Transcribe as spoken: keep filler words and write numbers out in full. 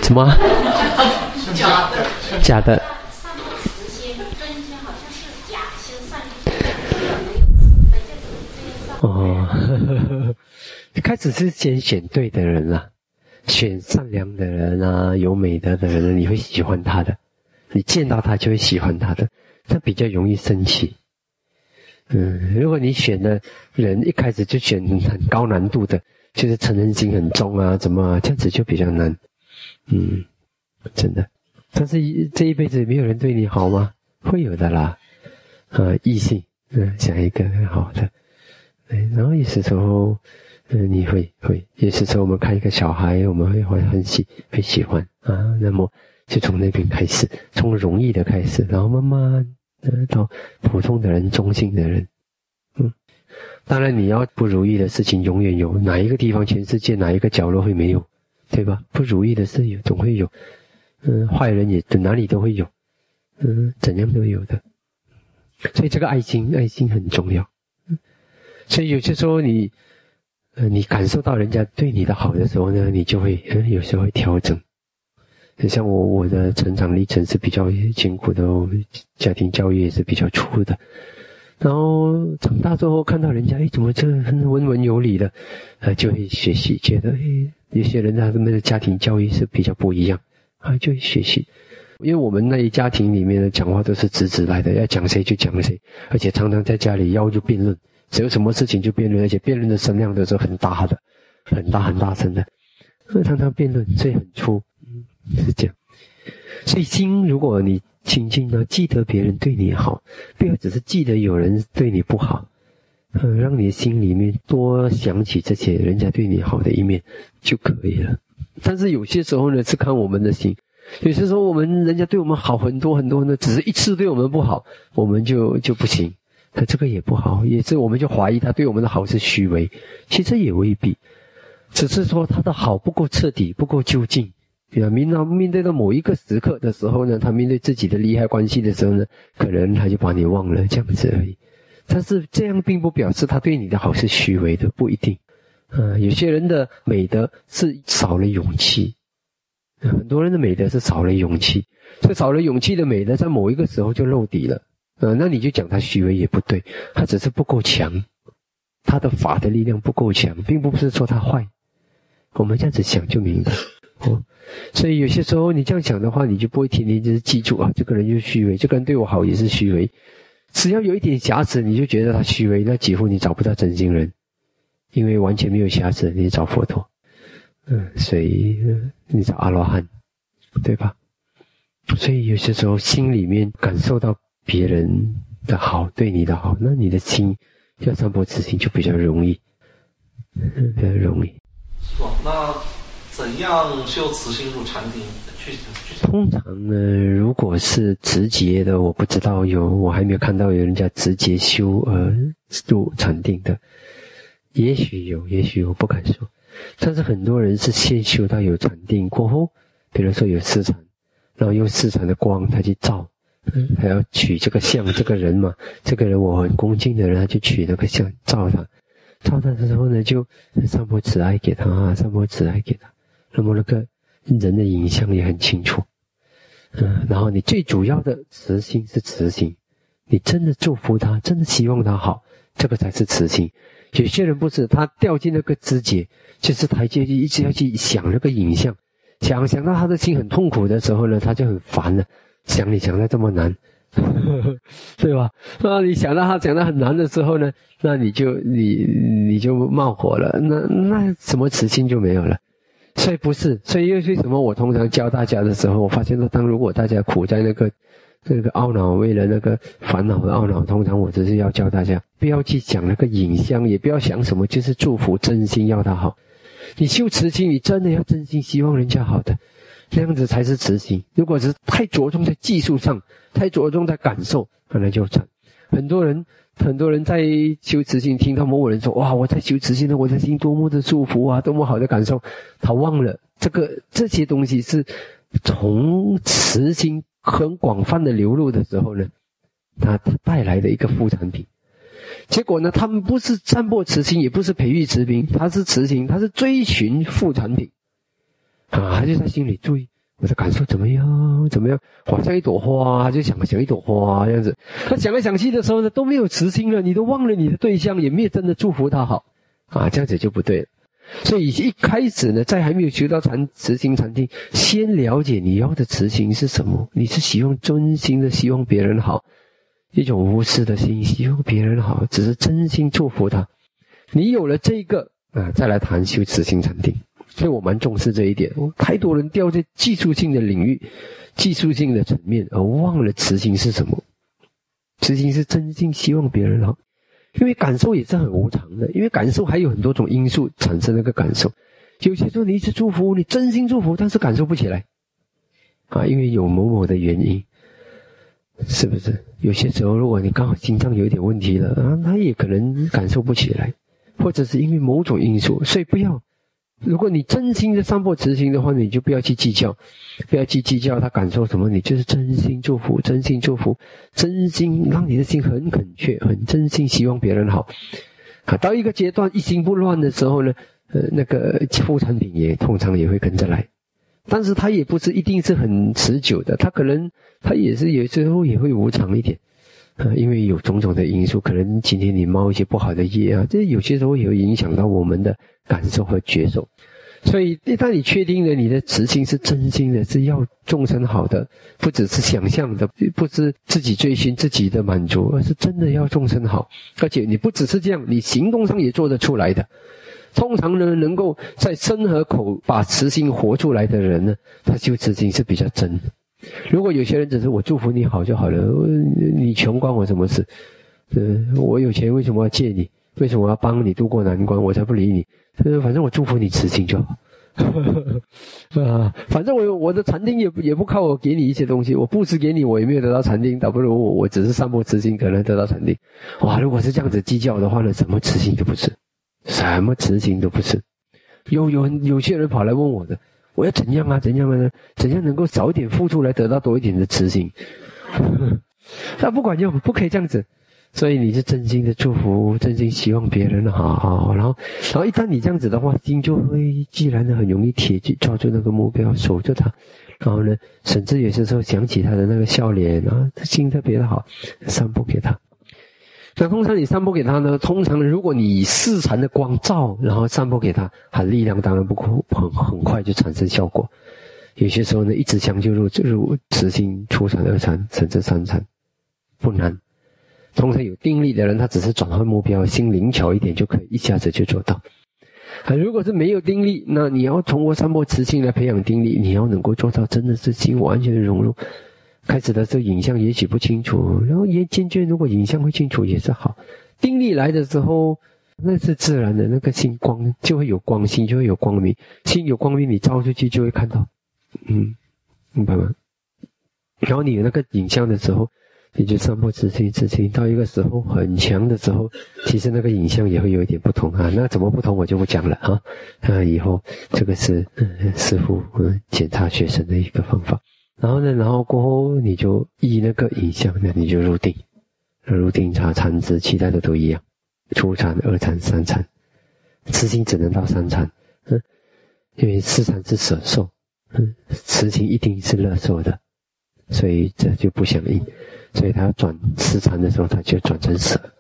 什么？ 假的， 假的。 上面直接跟人家好像是假心善意， 哦，呵呵，开始是先选对的人啦、啊，选善良的人啊，有美德的人，你会喜欢他的，你见到他就会喜欢他的，他比较容易生气。嗯，如果你选的人一开始就选很高难度的，就是成人心很重啊，怎么啊，这样子就比较难。嗯，真的。但是这一辈子没有人对你好吗？会有的啦。啊，异性，嗯，想一个很好的。对，然后有些时候，嗯，你会会，有些时候我们看一个小孩，我们会会很喜会喜欢啊，那么就从那边开始，从容易的开始，然后慢慢呃到普通的人、中性的人，嗯，当然你要不如意的事情永远有，哪一个地方全世界哪一个角落会没有，对吧？不如意的事有，总会有，嗯，坏人也哪里都会有，嗯，怎样都有的，所以这个爱心，爱心很重要。所以有些时候你，呃，你感受到人家对你的好的时候呢，你就会，呃，有时候会调整。像我，我的成长历程是比较辛苦的哦，家庭教育也是比较粗的。然后长大之后看到人家，哎，怎么这很温文有礼的，呃，就会学习，觉得，哎，有些人他们的家庭教育是比较不一样，啊，就会学习。因为我们那一家庭里面的讲话都是直直来的，要讲谁就讲谁，而且常常在家里要就辩论。只有什么事情就辩论，而且辩论的声量都是很大的，很大很大声的，常常辩论，所以很粗，嗯，是这样。所以心，如果你清净呢，记得别人对你好，不要只是记得有人对你不好，嗯，让你的心里面多想起这些人家对你好的一面就可以了。但是有些时候呢，是看我们的心，有些时候我们人家对我们好很多很多呢，只是一次对我们不好，我们就就不行。他这个也不好，也是我们就怀疑他对我们的好是虚伪，其实也未必，只是说他的好不够彻底，不够究竟。对啊，面到面对到某一个时刻的时候呢，他面对自己的利害关系的时候呢，可能他就把你忘了，这样子而已。但是这样并不表示他对你的好是虚伪的，不一定。呃，有些人的美德是少了勇气，呃、很多人的美德是少了勇气，这少了勇气的美德在某一个时候就露底了。呃，那你就讲他虚伪也不对，他只是不够强，他的法的力量不够强，并不是说他坏。我们这样子想就明白哦。所以有些时候你这样想的话，你就不会天天就是记住啊，这个人就是虚伪，这个人对我好也是虚伪。只要有一点瑕疵，你就觉得他虚伪，那几乎你找不到真心人，因为完全没有瑕疵，你找佛陀，嗯，所以、呃、你找阿罗汉，对吧？所以有些时候心里面感受到别人的好，对你的好，那你的心要散播慈心就比较容易，比较容易。 是吧？那怎样修慈心入禅定？去去通常呢，如果是直接的，我不知道有，我还没有看到有人家直接修呃入禅定的，也许有，也许我不敢说。但是很多人是先修到有禅定过后，比如说有四禅，然后用四禅的光他去照。嗯，还要取这个像这个人嘛，这个人我很恭敬的人，他就取那个像照他，照他的时候呢，就散播慈爱给他啊，散播慈爱给他。那么那个人的影像也很清楚，嗯，然后你最主要的慈心是慈心，你真的祝福他，真的希望他好，这个才是慈心。有些人不是，他掉进那个枝节，就是他就一直要去想那个影像，想想到他的心很痛苦的时候呢，他就很烦了。想你想的这么难，对吧？那你想到他讲的很难的时候呢，那你就你你就冒火了，那那什么慈心就没有了。所以不是，所以为什么我通常教大家的时候，我发现说，当如果大家苦在那个那个懊恼，为了那个烦恼的懊恼，通常我只是要教大家不要去讲那个影像，也不要想什么，就是祝福，真心要他好。你修慈心，你真的要真心希望人家好的。这样子才是慈心。如果是太着重在技术上，太着重在感受，可能就惨。很多人，很多人在修慈心，听到某某人说：“哇，我在修慈心呢，我的心多么的祝福啊，多么好的感受。”他忘了这个这些东西是从慈心很广泛的流露的时候呢，它它带来的一个副产品。结果呢，他们不是散播慈心，也不是培育慈心，他是慈心，他是追寻副产品。啊，他就在心里追我的感受怎么样？怎么样？好像一朵花，就想想一朵花这样子。他想来想去的时候呢，都没有慈心了，你都忘了你的对象，也没有真的祝福他好啊，这样子就不对了。所以一开始呢，在还没有修到禅慈心禅定，先了解你要的慈心是什么。你是希望真心的希望别人好，一种无私的心，希望别人好，只是真心祝福他。你有了这个啊，再来谈修慈心禅定。所以我蛮重视这一点。太多人掉在技术性的领域、技术性的层面，而忘了慈心是什么。慈心是真心希望别人好。因为感受也是很无常的，因为感受还有很多种因素产生那个感受。有些时候你一直祝福，你真心祝福，但是感受不起来啊，因为有某某的原因，是不是？有些时候如果你刚好心脏有一点问题了啊，他也可能感受不起来，或者是因为某种因素。所以不要，如果你真心的散播慈心的话，你就不要去计较，不要去计较他感受什么，你就是真心祝福，真心祝福，真心让你的心很恳切，很真心希望别人好啊。到一个阶段一心不乱的时候呢，呃，那个副产品也通常也会跟着来，但是它也不是一定是很持久的，它可能它也是有时候也会无常一点啊，因为有种种的因素，可能今天你冒一些不好的业啊，这有些时候也会影响到我们的感受和觉受。所以一旦你确定了你的慈心是真心的，是要众生好的，不只是想象的，不是自己追寻自己的满足，而是真的要众生好。而且你不只是这样，你行动上也做得出来的。通常呢，能够在身和口把慈心活出来的人呢，他修慈心是比较真的。如果有些人只是我祝福你好就好了，你穷关我什么事？呃，我有钱为什么要借你？为什么要帮你渡过难关？我才不理你。呃，反正我祝福你慈心就好。啊，反正我我的禅定也也不靠我给你一些东西，我布施给你，我也没有得到禅定，倒不如我我只是散播慈心，可能得到禅定。哇，如果是这样子计较的话呢，什么慈心都不是，什么慈心都不是。有有有些人跑来问我的，我要怎样啊？怎样啊？怎样能够少一点付出来得到多一点的慈心？那不管用，不可以这样子。所以你是真心的祝福，真心希望别人好，然后，然后一旦你这样子的话，心就会自然的很容易贴住抓住那个目标，守着它。然后呢，甚至有些时候想起他的那个笑脸啊，心特别的好，散播给他。那通常你散播给他呢，通常如果你以四禅的光照，然后散播给他，他力量当然不很很快就产生效果。有些时候呢，一直想就入就入慈心初禅、二禅甚至三禅，不难。通常有定力的人，他只是转换目标，心灵巧一点就可以一下子就做到。啊，如果是没有定力，那你要通过散播慈心来培养定力，你要能够做到真的是心完全的融入。开始的时候影像也许不清楚，然后也渐渐如果影像会清楚也是好。定力来的时候，那是自然的，那个心光就会有光，心就会有光明，心有光明，你照出去就会看到，嗯，明白吗？然后你有那个影像的时候，你就散播慈心，慈心到一个时候很强的时候，其实那个影像也会有一点不同啊。那怎么不同我就不讲了啊。啊，以后这个是嗯师父嗯检查学生的一个方法。然后呢，然后过后你就依那个影像，那你就入定，入定查禅知，其他的都一样，初禅、二禅、三禅，慈心只能到三禅，嗯，因为四禅是舍受，嗯，慈心一定是乐受的，所以这就不相应。所以他转四禅的时候，他就转成舍，